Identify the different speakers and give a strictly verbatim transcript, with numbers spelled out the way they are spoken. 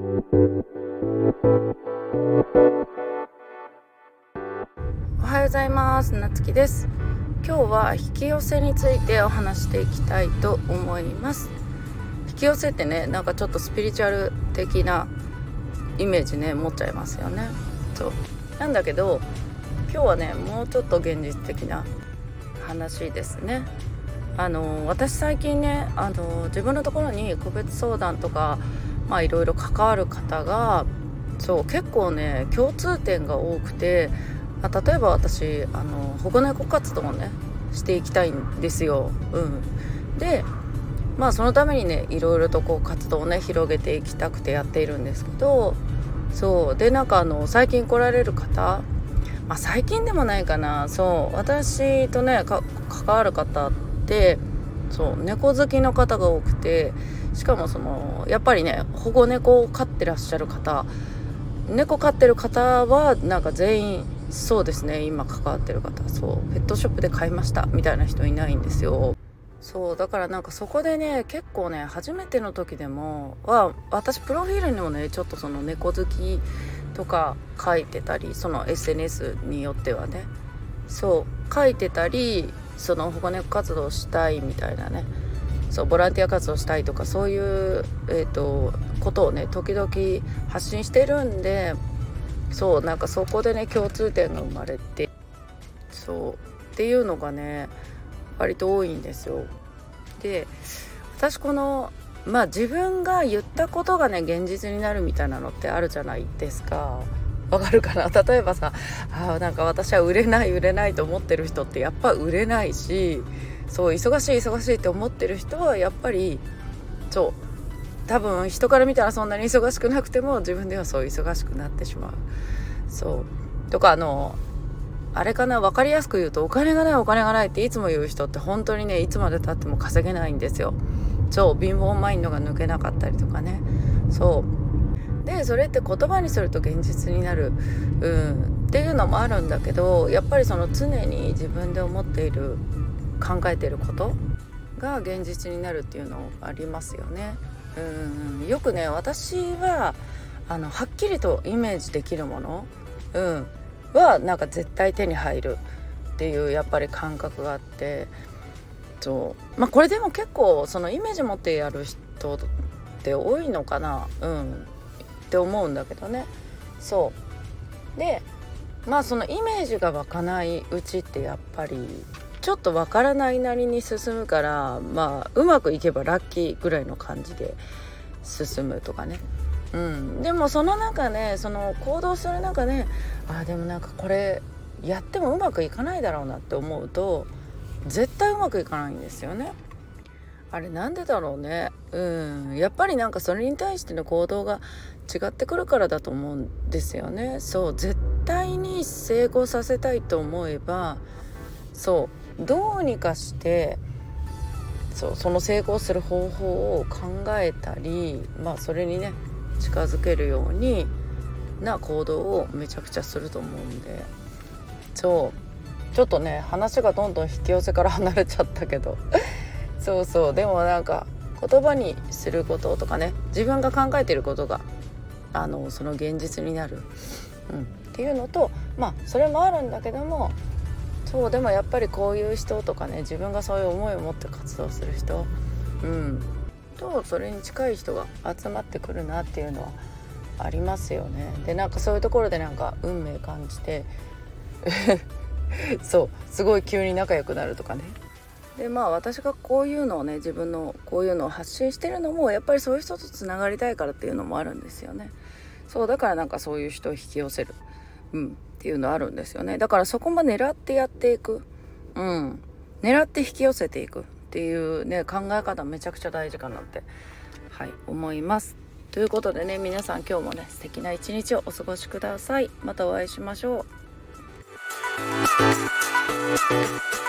Speaker 1: おはようございます。なつきです。今日は引き寄せについてお話していきたいと思います。引き寄せってね、なんかちょっとスピリチュアル的なイメージね持っちゃいますよね。そうなんだけど、今日はねもうちょっと現実的な話ですね。あの私最近ねあの自分のところに個別相談とかまあいろいろ関わる方がそう結構ね共通点が多くて、まあ、例えば私あの保護猫活動をねしていきたいんですよ。うん、でまあそのためにねいろいろとこう活動をね広げていきたくてやっているんですけど、そうでなんかあの最近来られる方、まあ、最近でもないかな、そう私とねか関わる方ってそう猫好きの方が多くて、しかもそのやっぱりね保護猫を飼ってらっしゃる方、猫飼ってる方はなんか全員そうですね、今関わってる方そうペットショップで買いましたみたいな人いないんですよ。そうだからなんかそこでね結構ね初めての時でもは私プロフィールにもねちょっとその猫好きとか書いてたり、その エスエヌエス によってはねそう書いてたり、その保護猫活動したいみたいなね、そうボランティア活動したいとかそういう、えーと、ことをね時々発信してるんで、そうなんかそこでね共通点が生まれて、そうっていうのがね割と多いんですよ。で私このまあ自分が言ったことがね現実になるみたいなのってあるじゃないですか。わかるかな。例えばさあーなんか私は売れない売れないと思ってる人ってやっぱ売れないし、そう忙しい忙しいって思ってる人はやっぱりそう多分人から見たらそんなに忙しくなくても自分ではそう忙しくなってしまう。そうとかあのあれかな、分かりやすく言うとお金がないお金がないっていつも言う人って本当にねいつまで経っても稼げないんですよ。そう貧乏マインドが抜けなかったりとかね。そうでそれって言葉にすると現実になる、うん、っていうのもあるんだけど、やっぱりその常に自分で思っている考えていることが現実になるっていうのありますよね。うんよくね私はあのはっきりとイメージできるもの、うんはなんか絶対手に入るっていうやっぱり感覚があって、そうまあこれでも結構そのイメージ持ってやる人って多いのかな、うんって思うんだけどね。そうでまあそのイメージが湧かないうちってやっぱりちょっとわからないなりに進むから、まあうまくいけばラッキーぐらいの感じで進むとかね。うん、でもその中ねその行動する中で、あでもなんかこれやってもうまくいかないだろうなって思うと絶対うまくいかないんですよね。あれなんでだろうね。うんやっぱりなんかそれに対しての行動が違ってくるからだと思うんですよね。そう絶対に成功させたいと思えばそうどうにかしてそうその成功する方法を考えたり、まあそれにね近づけるようにな行動をめちゃくちゃすると思うんで、そうちょっとね話がどんどん引き寄せから離れちゃったけどそうそうでもなんか言葉にすることとかね自分が考えていることがあのその現実になる、うん、っていうのとまあそれもあるんだけども、そうでもやっぱりこういう人とかね自分がそういう思いを持って活動する人、うんとそれに近い人が集まってくるなっていうのはありますよね。でなんかそういうところでなんか運命感じてそうすごい急に仲良くなるとかね。でまあ私がこういうのをね自分のこういうのを発信してるのもやっぱりそういう人とつながりたいからっていうのもあるんですよね。そうだからなんかそういう人を引き寄せる、うん、っていうのあるんですよね。だからそこも狙ってやっていく、うん、狙って引き寄せていくっていうね考え方めちゃくちゃ大事かなってはい思います。ということでね皆さん今日もね素敵な一日をお過ごしください。またお会いしましょう。